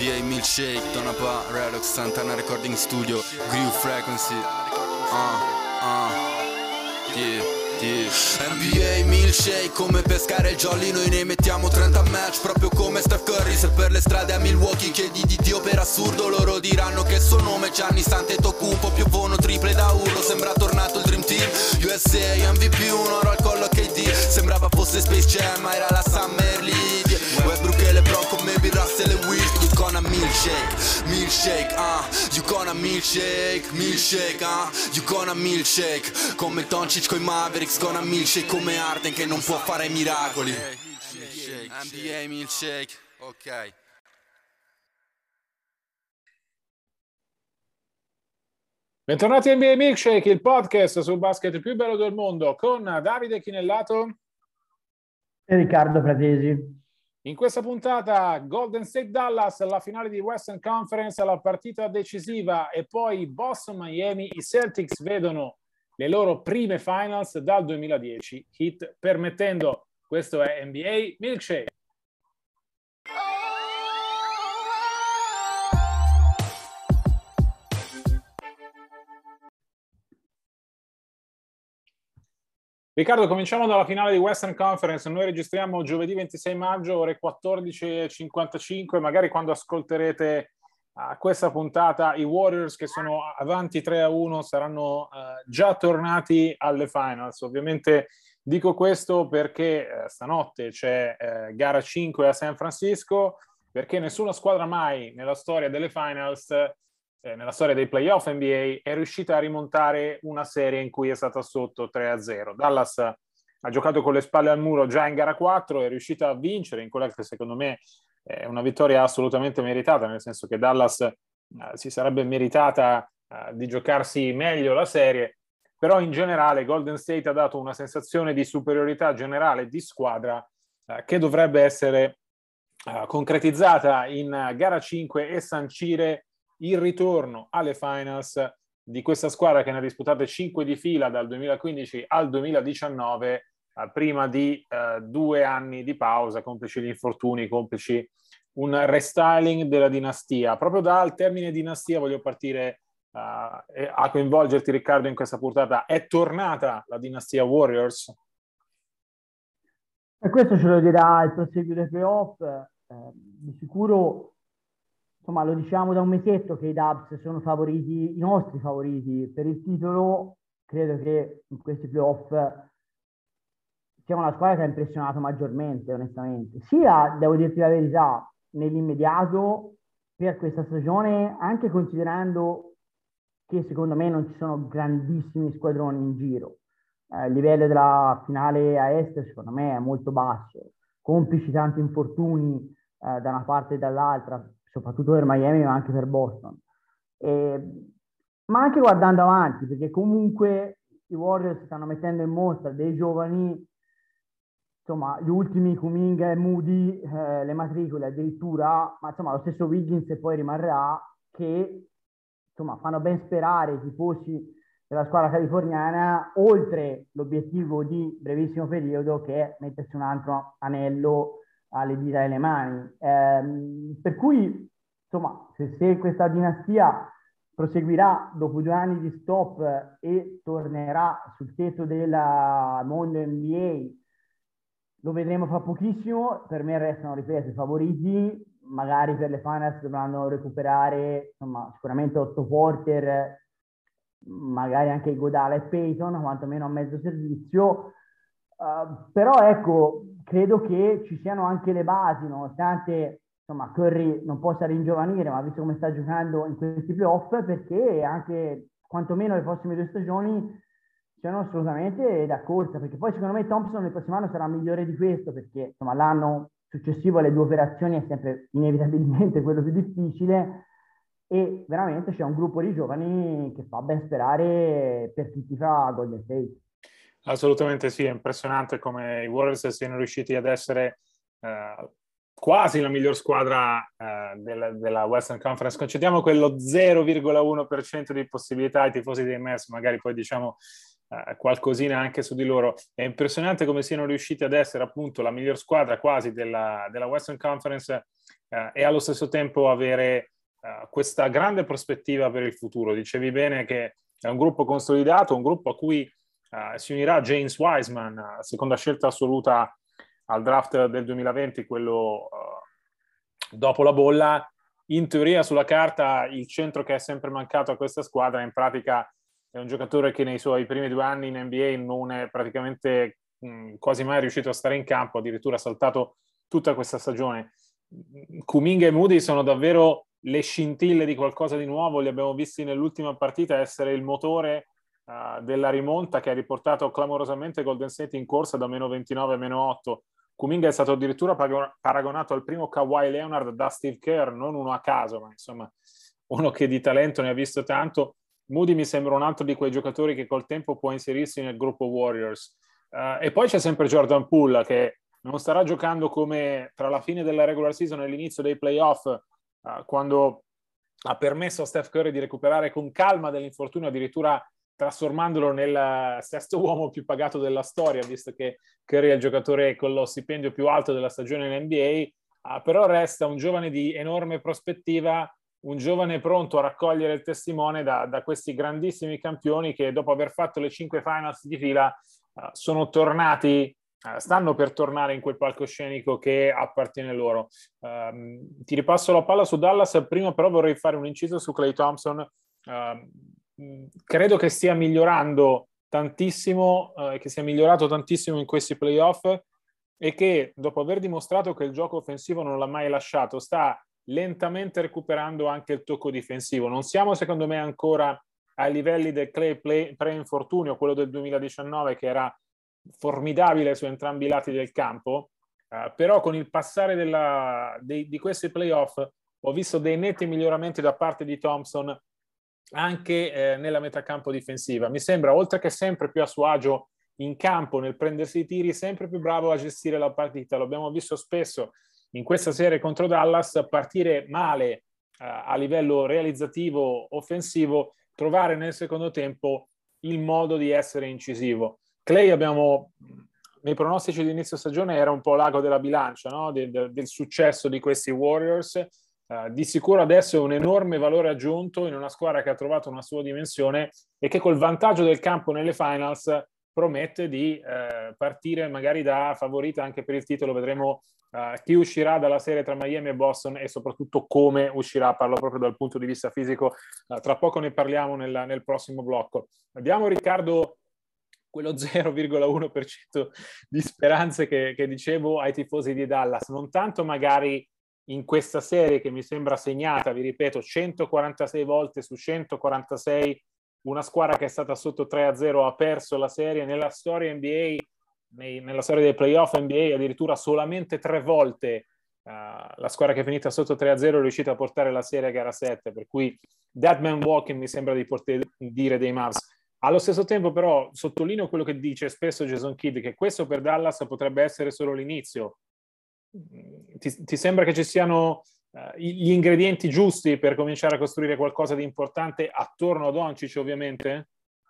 NBA Milkshake, Tonapa, Relox, Santana Recording Studio, Groove Frequency. NBA Milkshake, come pescare il jolly, noi ne mettiamo 30 a match, proprio come Steph Curry. Se per le strade a Milwaukee chiedi di Dio per assurdo, loro diranno che il suo nome è Gianni Antetokounmpo. Piovono triple da urlo, sembra tornato il Dream Team. USA MVP, un oro al collo KD, sembrava fosse Space Jam ma era la Summer League. Westbrook e LeBron come Bill Russell e Wilt. You gonna milkshake, milkshake, you gonna milkshake, milkshake, you gonna milkshake. Come Doncic coi Mavericks, gonna milkshake come Harden che non può fare miracoli. NBA milkshake, ok. Bentornati a NBA Milkshake, il podcast sul basket più bello del mondo, con Davide Chinellato e Riccardo Fratesi. In questa puntata Golden State Dallas, la finale di Western Conference, la partita decisiva, e poi Boston Miami. I Celtics vedono le loro prime finals dal 2010, Heat permettendo. Questo è NBA Milkshake. Riccardo, cominciamo dalla finale di Western Conference. Noi registriamo giovedì 26 maggio, ore 14:55. Magari quando ascolterete questa puntata, i Warriors, che sono avanti 3-1, saranno già tornati alle finals. Ovviamente dico questo perché stanotte c'è gara 5 a San Francisco, perché nessuna squadra mai nella storia delle finals, nella storia dei playoff NBA, è riuscita a rimontare una serie in cui è stata sotto 3-0. Dallas ha giocato con le spalle al muro già in gara 4, è riuscita a vincere in quella che secondo me è una vittoria assolutamente meritata, nel senso che Dallas si sarebbe meritata di giocarsi meglio la serie, però in generale Golden State ha dato una sensazione di superiorità generale di squadra che dovrebbe essere concretizzata in gara 5 e sancire il ritorno alle finals di questa squadra che ne ha disputate 5 di fila dal 2015 al 2019, prima di 2 anni di pausa, complici gli infortuni, complici un restyling della dinastia. Proprio dal termine dinastia voglio partire a coinvolgerti, Riccardo, in questa puntata. È tornata la dinastia Warriors? E questo ce lo dirà il proseguio dei playoff. Di sicuro, insomma, lo diciamo da un mesetto che i Dubs sono favoriti, i nostri favoriti per il titolo. Credo che in questi playoff siamo la squadra che ha impressionato maggiormente, onestamente. Sia, devo dirti la verità, nell'immediato per questa stagione, anche considerando che secondo me non ci sono grandissimi squadroni in giro. Il livello della finale a est secondo me è molto basso, complici tanti infortuni da una parte e dall'altra, soprattutto per Miami ma anche per Boston. Ma anche guardando avanti, perché comunque i Warriors stanno mettendo in mostra dei giovani, insomma gli ultimi Kuminga e Moody, le matricole addirittura, ma insomma lo stesso Wiggins e poi rimarrà, che insomma fanno ben sperare i tifosi della squadra californiana, oltre l'obiettivo di brevissimo periodo che è mettersi un altro anello alle dita e alle mani. Per cui, insomma, se questa dinastia proseguirà dopo 2 anni di stop e tornerà sul tetto del mondo NBA, lo vedremo fra pochissimo. Per me restano, ripeto, i favoriti. Magari per le finals dovranno recuperare, insomma, sicuramente Otto Porter, magari anche Iguodala e Payton, quantomeno a mezzo servizio. Però ecco, credo che ci siano anche le basi, nonostante insomma Curry non possa ringiovanire, ma visto come sta giocando in questi playoff, perché anche quantomeno le prossime 2 stagioni siano assolutamente da corsa, perché poi secondo me Thompson il prossimo anno sarà migliore di questo, perché insomma l'anno successivo alle 2 operazioni è sempre inevitabilmente quello più difficile, e veramente c'è un gruppo di giovani che fa ben sperare per chi tifa Golden State. Assolutamente sì, è impressionante come i Warriors siano riusciti ad essere quasi la miglior squadra della Western Conference. Concediamo quello 0,1% di possibilità ai tifosi dei Mavs, magari poi diciamo qualcosina anche su di loro. È impressionante come siano riusciti ad essere appunto la miglior squadra quasi della Western Conference e allo stesso tempo avere questa grande prospettiva per il futuro. Dicevi bene che è un gruppo consolidato, un gruppo a cui si unirà James Wiseman, seconda scelta assoluta al draft del 2020, quello dopo la bolla. In teoria, sulla carta, il centro che è sempre mancato a questa squadra, in pratica è un giocatore che nei suoi primi 2 anni in NBA non è praticamente quasi mai riuscito a stare in campo, addirittura ha saltato tutta questa stagione. Kuminga e Moody sono davvero le scintille di qualcosa di nuovo, li abbiamo visti nell'ultima partita essere il motore della rimonta che ha riportato clamorosamente Golden State in corsa da -29 a -8. Kuminga è stato addirittura paragonato al primo Kawhi Leonard da Steve Kerr, non uno a caso, ma insomma uno che di talento ne ha visto tanto. Moody mi sembra un altro di quei giocatori che col tempo può inserirsi nel gruppo Warriors. E poi c'è sempre Jordan Poole, che non starà giocando come tra la fine della regular season e l'inizio dei playoff, quando ha permesso a Steph Curry di recuperare con calma dell'infortunio, addirittura trasformandolo nel sesto uomo più pagato della storia, visto che Curry è il giocatore con lo stipendio più alto della stagione in NBA, però resta un giovane di enorme prospettiva, un giovane pronto a raccogliere il testimone da questi grandissimi campioni che dopo aver fatto le 5 finals di fila sono tornati, stanno per tornare in quel palcoscenico che appartiene loro. Ti ripasso la palla su Dallas, prima però vorrei fare un inciso su Klay Thompson. Credo che stia migliorando tantissimo, che sia migliorato tantissimo in questi playoff e che dopo aver dimostrato che il gioco offensivo non l'ha mai lasciato, sta lentamente recuperando anche il tocco difensivo. Non siamo secondo me ancora ai livelli del Klay pre-infortunio, quello del 2019 che era formidabile su entrambi i lati del campo, però con il passare di questi playoff ho visto dei netti miglioramenti da parte di Thompson anche nella metacampo difensiva. Mi sembra, oltre che sempre più a suo agio in campo nel prendersi i tiri, sempre più bravo a gestire la partita. Lo abbiamo visto spesso in questa serie contro Dallas partire male a livello realizzativo offensivo, trovare nel secondo tempo il modo di essere incisivo. Klay nei pronostici di inizio stagione era un po' l'ago della bilancia, no? del successo di questi Warriors. Di sicuro adesso è un enorme valore aggiunto in una squadra che ha trovato una sua dimensione e che col vantaggio del campo nelle finals promette di partire magari da favorita anche per il titolo. Vedremo chi uscirà dalla serie tra Miami e Boston e soprattutto come uscirà, parlo proprio dal punto di vista fisico. Tra poco ne parliamo nel prossimo blocco. Abbiamo, Riccardo, quello 0,1% di speranze che dicevo ai tifosi di Dallas, non tanto magari in questa serie che mi sembra segnata, vi ripeto, 146 volte su 146, una squadra che è stata sotto 3-0 ha perso la serie. Nella storia NBA, nella storia dei playoff NBA, addirittura solamente 3 volte la squadra che è finita sotto 3-0 è riuscita a portare la serie a gara 7, per cui dead man walking mi sembra di poter dire dei Mavs. Allo stesso tempo però sottolineo quello che dice spesso Jason Kidd, che questo per Dallas potrebbe essere solo l'inizio. Ti sembra che ci siano gli ingredienti giusti per cominciare a costruire qualcosa di importante attorno a Doncic, ovviamente?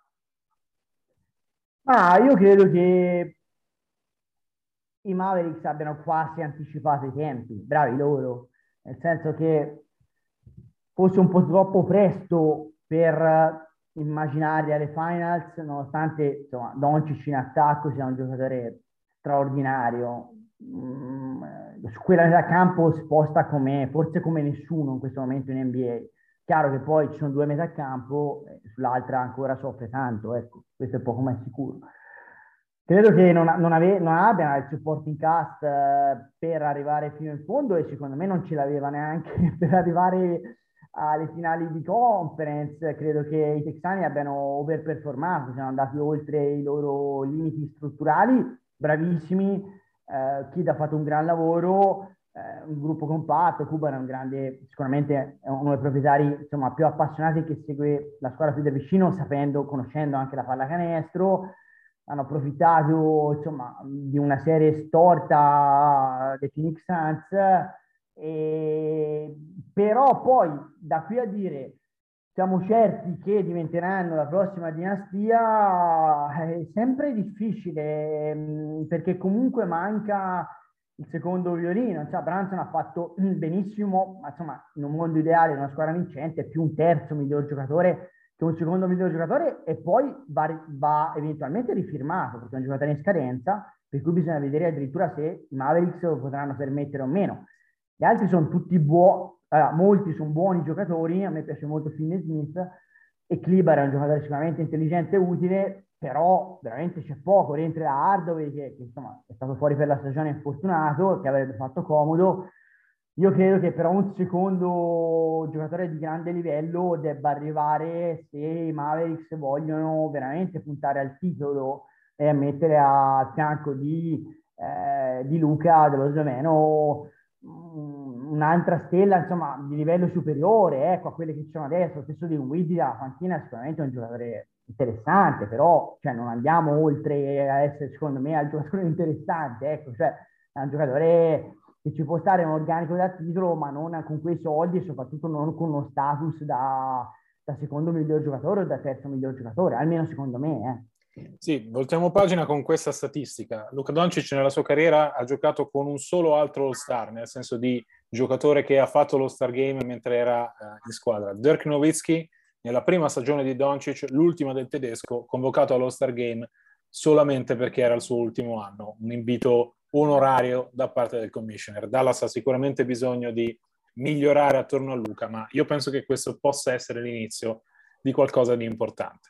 Io credo che i Mavericks abbiano quasi anticipato i tempi, bravi loro, nel senso che fosse un po' troppo presto per immaginarli alle finals, nonostante insomma, Doncic in attacco sia un giocatore straordinario. Su quella metà campo sposta forse come nessuno in questo momento in NBA. Chiaro che poi ci sono 2 metà campo, sull'altra ancora soffre tanto, ecco, questo è poco ma sicuro. Credo che non abbiano il supporting cast per arrivare fino in fondo e secondo me non ce l'aveva neanche per arrivare alle finali di conference. Credo che i texani abbiano overperformato, siano andati oltre i loro limiti strutturali, bravissimi. Kidd ha fatto un gran lavoro, un gruppo compatto. Cuban è un grande, sicuramente è uno dei proprietari insomma, più appassionati che segue la squadra più da vicino, conoscendo anche la pallacanestro. Hanno approfittato insomma, di una serie storta dei Phoenix Suns, però poi da qui a dire siamo certi che diventeranno la prossima dinastia è sempre difficile, perché comunque manca il secondo violino. Insomma, Brunson ha fatto benissimo, ma insomma, in un mondo ideale, in una squadra vincente, è più un terzo miglior giocatore che un secondo miglior giocatore, e poi va eventualmente rifirmato, perché è un giocatore in scadenza, per cui bisogna vedere addirittura se i Mavericks lo potranno permettere o meno. Gli altri sono tutti buoni, molti sono buoni giocatori, a me piace molto Finney Smith, e Kleber è un giocatore sicuramente intelligente e utile, però veramente c'è poco. Rientra da Hardaway che insomma è stato fuori per la stagione infortunato, che avrebbe fatto comodo. Io credo che però un secondo giocatore di grande livello debba arrivare se i Mavericks vogliono veramente puntare al titolo e mettere a fianco di Luka, dello sloveno, un'altra stella, insomma, di livello superiore, ecco, a quelle che ci sono adesso. Lo stesso di Dinwiddie dalla panchina, sicuramente è un giocatore interessante, però cioè, non andiamo oltre a essere, secondo me, al giocatore interessante, ecco, cioè è un giocatore che ci può stare un organico da titolo, ma non con quei soldi, e soprattutto non con uno status da secondo miglior giocatore o da terzo miglior giocatore, almeno secondo me. Sì, voltiamo pagina con questa statistica. Luka Doncic nella sua carriera ha giocato con un solo altro All-Star, nel senso di giocatore che ha fatto l'All-Star Game mentre era in squadra. Dirk Nowitzki, nella prima stagione di Doncic, l'ultima del tedesco, convocato all'All-Star Game solamente perché era il suo ultimo anno, un invito onorario da parte del commissioner. Dallas ha sicuramente bisogno di migliorare attorno a Luka, ma io penso che questo possa essere l'inizio di qualcosa di importante.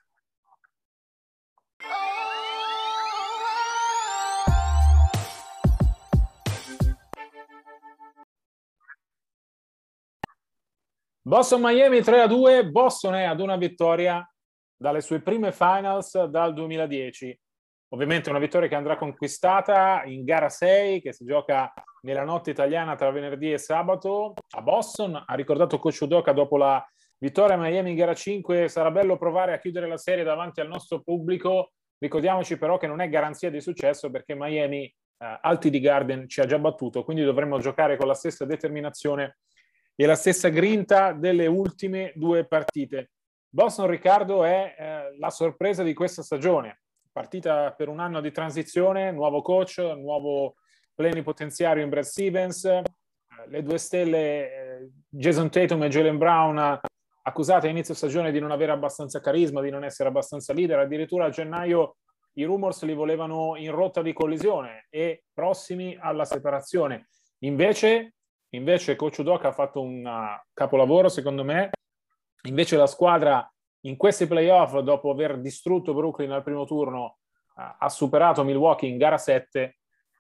Boston-Miami 3-2, Boston è ad una vittoria dalle sue prime finals dal 2010. Ovviamente una vittoria che andrà conquistata in gara 6, che si gioca nella notte italiana tra venerdì e sabato a Boston. Ha ricordato Coach Udoka dopo la vittoria a Miami in gara 5, sarà bello provare a chiudere la serie davanti al nostro pubblico. Ricordiamoci però che non è garanzia di successo, perché Miami al TD Garden ci ha già battuto, quindi dovremmo giocare con la stessa determinazione e la stessa grinta delle ultime due partite. Boston, Riccardo, è la sorpresa di questa stagione. Partita per un anno di transizione, nuovo coach, nuovo plenipotenziario in Brad Stevens, le due stelle Jason Tatum e Jaylen Brown accusate a inizio stagione di non avere abbastanza carisma, di non essere abbastanza leader. Addirittura a gennaio i rumors li volevano in rotta di collisione e prossimi alla separazione. Invece Coach Udoka ha fatto un capolavoro, secondo me. Invece la squadra in questi playoff, dopo aver distrutto Brooklyn al primo turno, ha superato Milwaukee in gara 7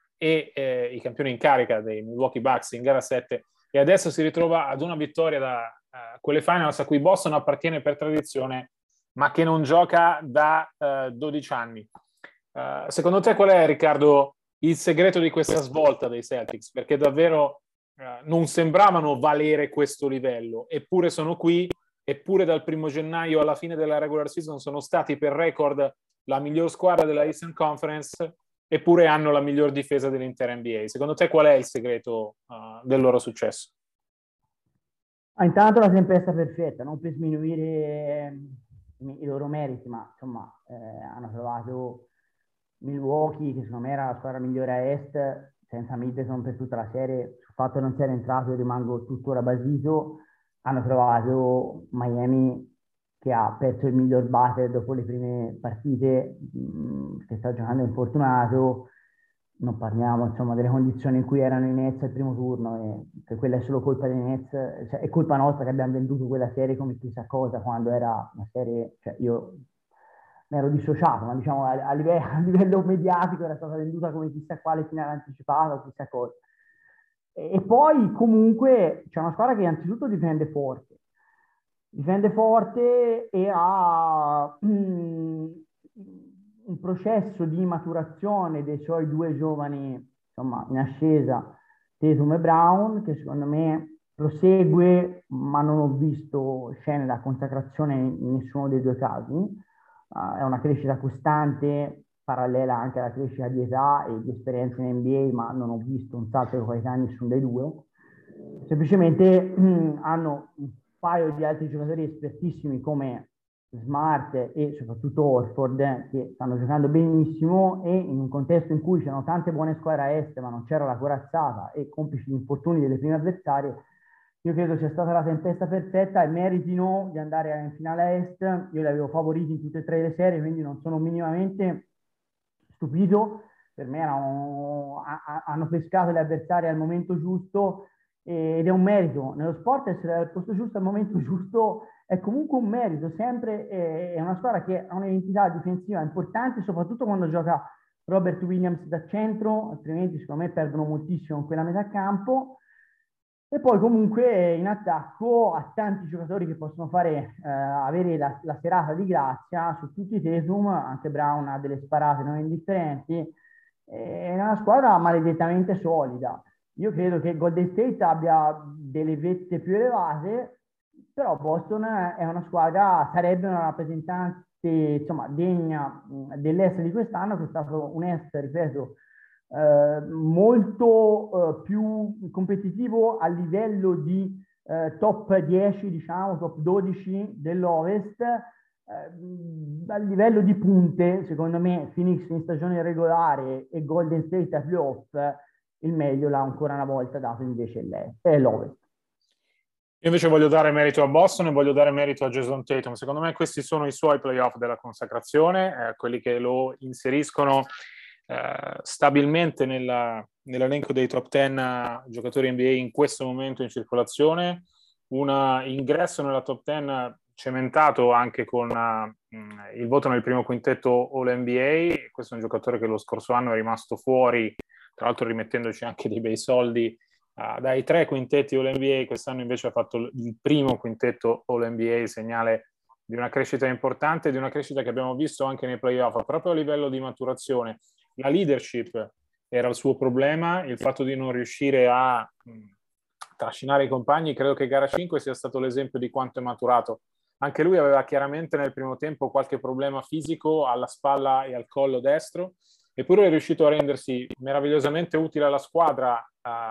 e i campioni in carica dei Milwaukee Bucks in gara 7, e adesso si ritrova ad una vittoria da quelle finals a cui Boston appartiene per tradizione, ma che non gioca da 12 anni. Secondo te qual è, Riccardo, il segreto di questa svolta dei Celtics? Perché davvero non sembravano valere questo livello, eppure sono qui, eppure dal 1 gennaio alla fine della regular season sono stati per record la miglior squadra della Eastern Conference, eppure hanno la miglior difesa dell'intera NBA. Secondo te qual è il segreto del loro successo? Intanto la tempesta perfetta, non per sminuire i loro meriti, ma insomma hanno trovato Milwaukee, che secondo me era la squadra migliore a est, senza Middleton per tutta la serie. Sul fatto che non sia entrato io rimango tuttora basito. Hanno trovato Miami, che ha perso il miglior batter dopo le prime partite, che sta giocando infortunato. Non parliamo insomma delle condizioni in cui erano i Nets al primo turno, e che quella è solo colpa dei Nets, cioè, è colpa nostra che abbiamo venduto quella serie come chissà cosa, quando era una serie, cioè io mi ero dissociato, ma diciamo a livello mediatico era stata venduta come chissà quale finale anticipata o chissà cosa. E poi comunque c'è una squadra che innanzitutto difende forte e ha un processo di maturazione dei suoi due giovani, insomma, in ascesa, Tatum e Brown, che secondo me prosegue, ma non ho visto scene da consacrazione in nessuno dei due casi. È una crescita costante, parallela anche alla crescita di età e di esperienza in NBA, ma non ho visto un salto di qualità in nessuno dei due. Semplicemente hanno un paio di altri giocatori espertissimi come Smart e soprattutto Horford, che stanno giocando benissimo, e in un contesto in cui c'erano tante buone squadre a est ma non c'era la corazzata e complici gli infortuni delle prime avversarie, io credo sia stata la tempesta perfetta e meritino di andare in finale a est. Io li avevo favoriti in tutte e tre le serie, quindi non sono minimamente stupito. Per me hanno pescato le avversarie al momento giusto, ed è un merito. Nello sport essere al posto giusto al momento giusto è comunque un merito, sempre. È una squadra che ha un'identità difensiva importante, soprattutto quando gioca Robert Williams da centro, altrimenti secondo me perdono moltissimo in quella metà campo. E poi comunque in attacco ha tanti giocatori che possono avere la serata di grazia su tutti i Tatum. Anche Brown ha delle sparate non indifferenti. È una squadra maledettamente solida. Io credo che Golden State abbia delle vette più elevate, però Boston è una squadra, sarebbe una rappresentante, insomma, degna dell'Est di quest'anno, che è stato un Est, ripeto, molto più competitivo a livello di top 10, diciamo, top 12 dell'Ovest. A livello di punte, secondo me, Phoenix in stagione regolare e Golden State ai playoff, il meglio l'ha ancora una volta dato invece l'Ovest. Io invece voglio dare merito a Boston e voglio dare merito a Jason Tatum. Secondo me questi sono i suoi playoff della consacrazione, quelli che lo inseriscono stabilmente nell'elenco dei top 10 giocatori NBA in questo momento in circolazione. Un ingresso nella top 10 cementato anche con il voto nel primo quintetto All-NBA. Questo è un giocatore che lo scorso anno è rimasto fuori, tra l'altro rimettendoci anche dei bei soldi dai 3 quintetti All-NBA. Quest'anno invece ha fatto il primo quintetto All-NBA, segnale di una crescita importante, di una crescita che abbiamo visto anche nei playoff, proprio a livello di maturazione. La leadership era il suo problema, il fatto di non riuscire a trascinare i compagni. Credo che gara 5 sia stato l'esempio di quanto è maturato. Anche lui aveva chiaramente nel primo tempo qualche problema fisico alla spalla e al collo destro, eppure è riuscito a rendersi meravigliosamente utile alla squadra,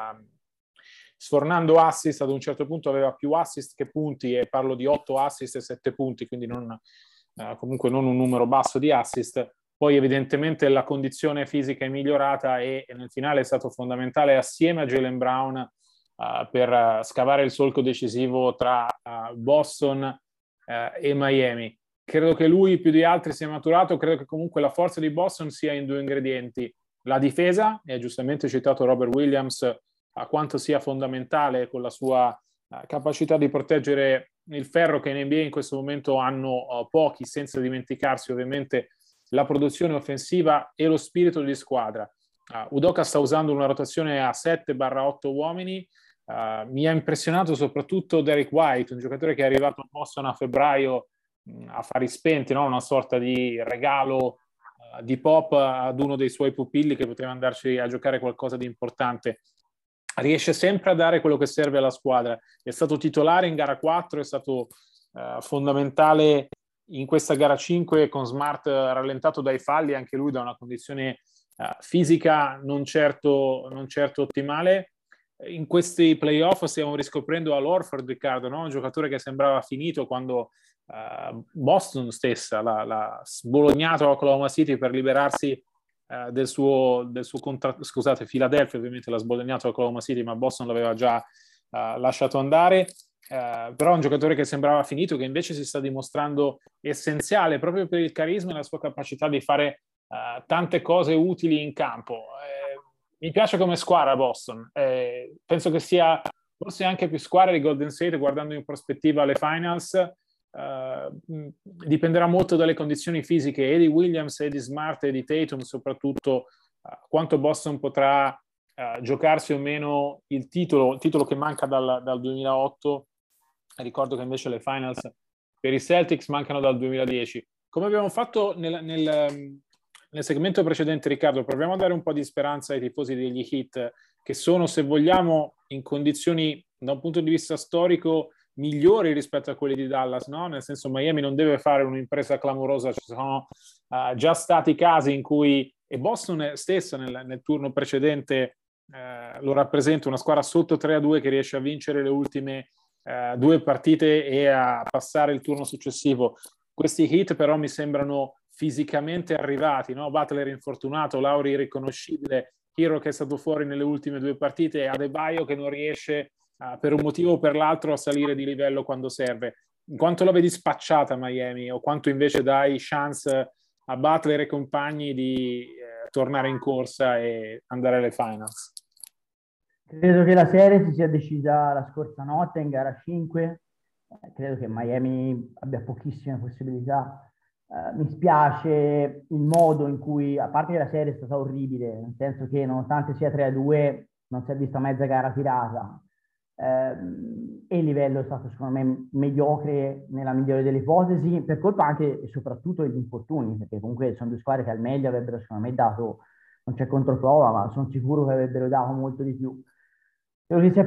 sfornando assist. Ad un certo punto aveva più assist che punti, e parlo di 8 assist e 7 punti, quindi comunque non un numero basso di assist. Poi evidentemente la condizione fisica è migliorata e nel finale è stato fondamentale assieme a Jaylen Brown per scavare il solco decisivo tra Boston e Miami. Credo che lui più di altri sia maturato. Credo che comunque la forza di Boston sia in 2 ingredienti: la difesa, e ha giustamente citato Robert Williams a quanto sia fondamentale con la sua capacità di proteggere il ferro, che in NBA in questo momento hanno pochi, senza dimenticarsi ovviamente la produzione offensiva e lo spirito di squadra. Udoka sta usando una rotazione a 7/8 uomini. Mi ha impressionato soprattutto Derek White, un giocatore che è arrivato a Boston a febbraio a fari spenti, no? Una sorta di regalo di Pop ad uno dei suoi pupilli che poteva andarci a giocare qualcosa di importante. Riesce sempre a dare quello che serve alla squadra. È stato titolare in gara 4, è stato fondamentale in questa gara 5 con Smart rallentato dai falli, anche lui da una condizione fisica non certo ottimale. In questi playoff stiamo riscoprendo all'Horford, Riccardo, no? Un giocatore che sembrava finito quando Boston stessa l'ha sbolognato a Oklahoma City per liberarsi del suo contratto. Scusate, Philadelphia ovviamente l'ha sbolognato a Oklahoma City, ma Boston l'aveva già lasciato andare. Però è un giocatore che sembrava finito, che invece si sta dimostrando essenziale proprio per il carisma e la sua capacità di fare tante cose utili in campo. Mi piace come squadra Boston, penso che sia forse anche più squadra di Golden State guardando in prospettiva alle finals. Dipenderà molto dalle condizioni fisiche e di Williams e di Smart e di Tatum, soprattutto quanto Boston potrà giocarsi o meno il titolo che manca dal 2008. Ricordo che invece le finals per i Celtics mancano dal 2010. Come abbiamo fatto nel segmento precedente, Riccardo, proviamo a dare un po' di speranza ai tifosi degli Heat, che sono, se vogliamo, in condizioni da un punto di vista storico migliori rispetto a quelli di Dallas, no? Nel senso, Miami non deve fare un'impresa clamorosa. Ci sono già stati casi in cui, e Boston stessa nel turno precedente lo rappresenta, una squadra sotto 3-2 che riesce a vincere le ultime 2 partite e a passare il turno successivo. Questi Heat però mi sembrano fisicamente arrivati, no? Butler infortunato, Lauri irriconoscibile, Hero che è stato fuori nelle ultime 2 partite, Adebayo che non riesce per un motivo o per l'altro a salire di livello quando serve. In quanto la vedi spacciata Miami, o quanto invece dai chance a Butler e compagni di tornare in corsa e andare alle finals? Credo che la serie si sia decisa la scorsa notte in gara 5. Credo che Miami abbia pochissime possibilità. Mi spiace il modo in cui, a parte che la serie è stata orribile, nel senso che nonostante sia 3-2, non si è vista mezza gara tirata. E il livello è stato secondo me mediocre nella migliore delle ipotesi, per colpa anche e soprattutto degli infortuni, perché comunque sono 2 squadre che al meglio avrebbero secondo me dato, non c'è controprova, ma sono sicuro che avrebbero dato molto di più. Credo che sia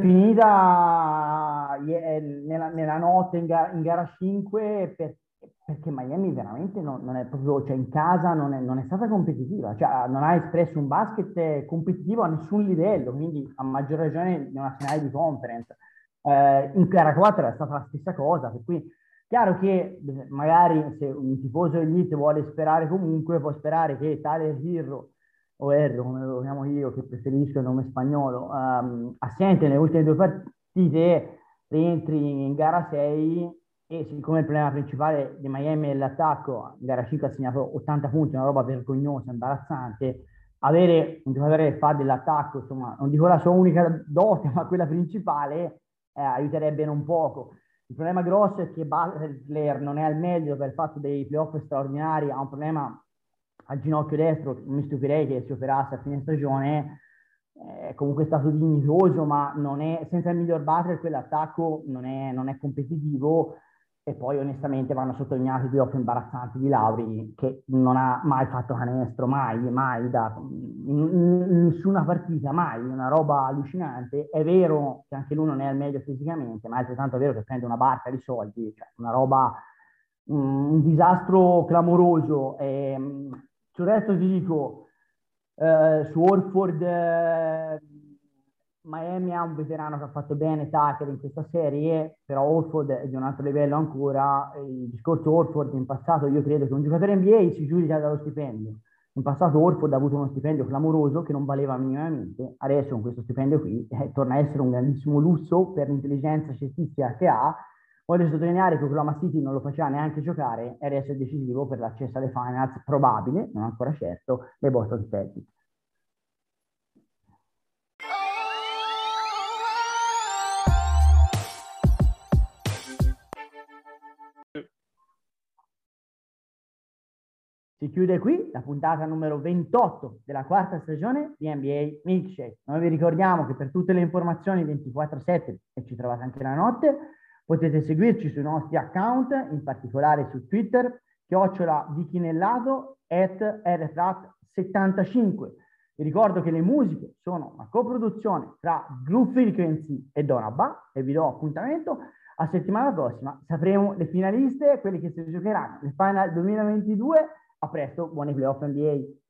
finita nella notte in gara 5 perché Miami veramente non è proprio, cioè in casa non è stata competitiva, cioè non ha espresso un basket competitivo a nessun livello, quindi a maggior ragione in una finale di conference. In gara 4 è stata la stessa cosa, per cui chiaro che magari se un tifoso dell'Heat vuole sperare comunque, può sperare che Tyler Herro o Erro, come lo chiamo io, che preferisco il nome spagnolo, assente nelle ultime 2 partite, rientri in gara 6 e siccome il problema principale di Miami è l'attacco, in gara 5 ha segnato 80 punti, una roba vergognosa, imbarazzante, avere un giocatore che fa dell'attacco, insomma, non dico la sua unica dote, ma quella principale, aiuterebbe non poco. Il problema grosso è che Butler non è al meglio per il fatto dei playoff straordinari, ha un problema al ginocchio destro, mi stupirei che si operasse a fine stagione, comunque è stato dignitoso, ma non è, senza il miglior Butler quell'attacco non è competitivo, e poi onestamente vanno sottolineati 2 off imbarazzanti di Lauri, che non ha mai fatto canestro, mai, in nessuna partita, mai, una roba allucinante. È vero che anche lui non è al meglio fisicamente, ma è altrettanto vero che prende una barca di soldi, cioè una roba, un disastro clamoroso. Sul resto ti dico, su Horford, Miami ha un veterano che ha fatto bene Tucker in questa serie, però Horford è di un altro livello ancora. Il discorso Horford in passato, io credo che un giocatore NBA si giudica dallo stipendio. In passato Horford ha avuto uno stipendio clamoroso che non valeva minimamente, adesso con questo stipendio qui torna a essere un grandissimo lusso per l'intelligenza cestistica che ha. Voglio sottolineare che Oklahoma City non lo faceva neanche giocare e adesso è decisivo per l'accesso alle finals, probabile, non ancora certo, dei Boston Celtics. Si chiude qui la puntata numero 28 della 4ª stagione di NBA Milkshake. Noi vi ricordiamo che per tutte le informazioni 24/7, e ci trovate anche la notte, potete seguirci sui nostri account, in particolare su Twitter, @dichinellato @rfrat75. Vi ricordo che le musiche sono una coproduzione tra Blue Frequency e Donabba e vi do appuntamento a settimana prossima. Sapremo le finaliste, quelli che si giocheranno nel Final 2022. A presto, buoni playoff NBA.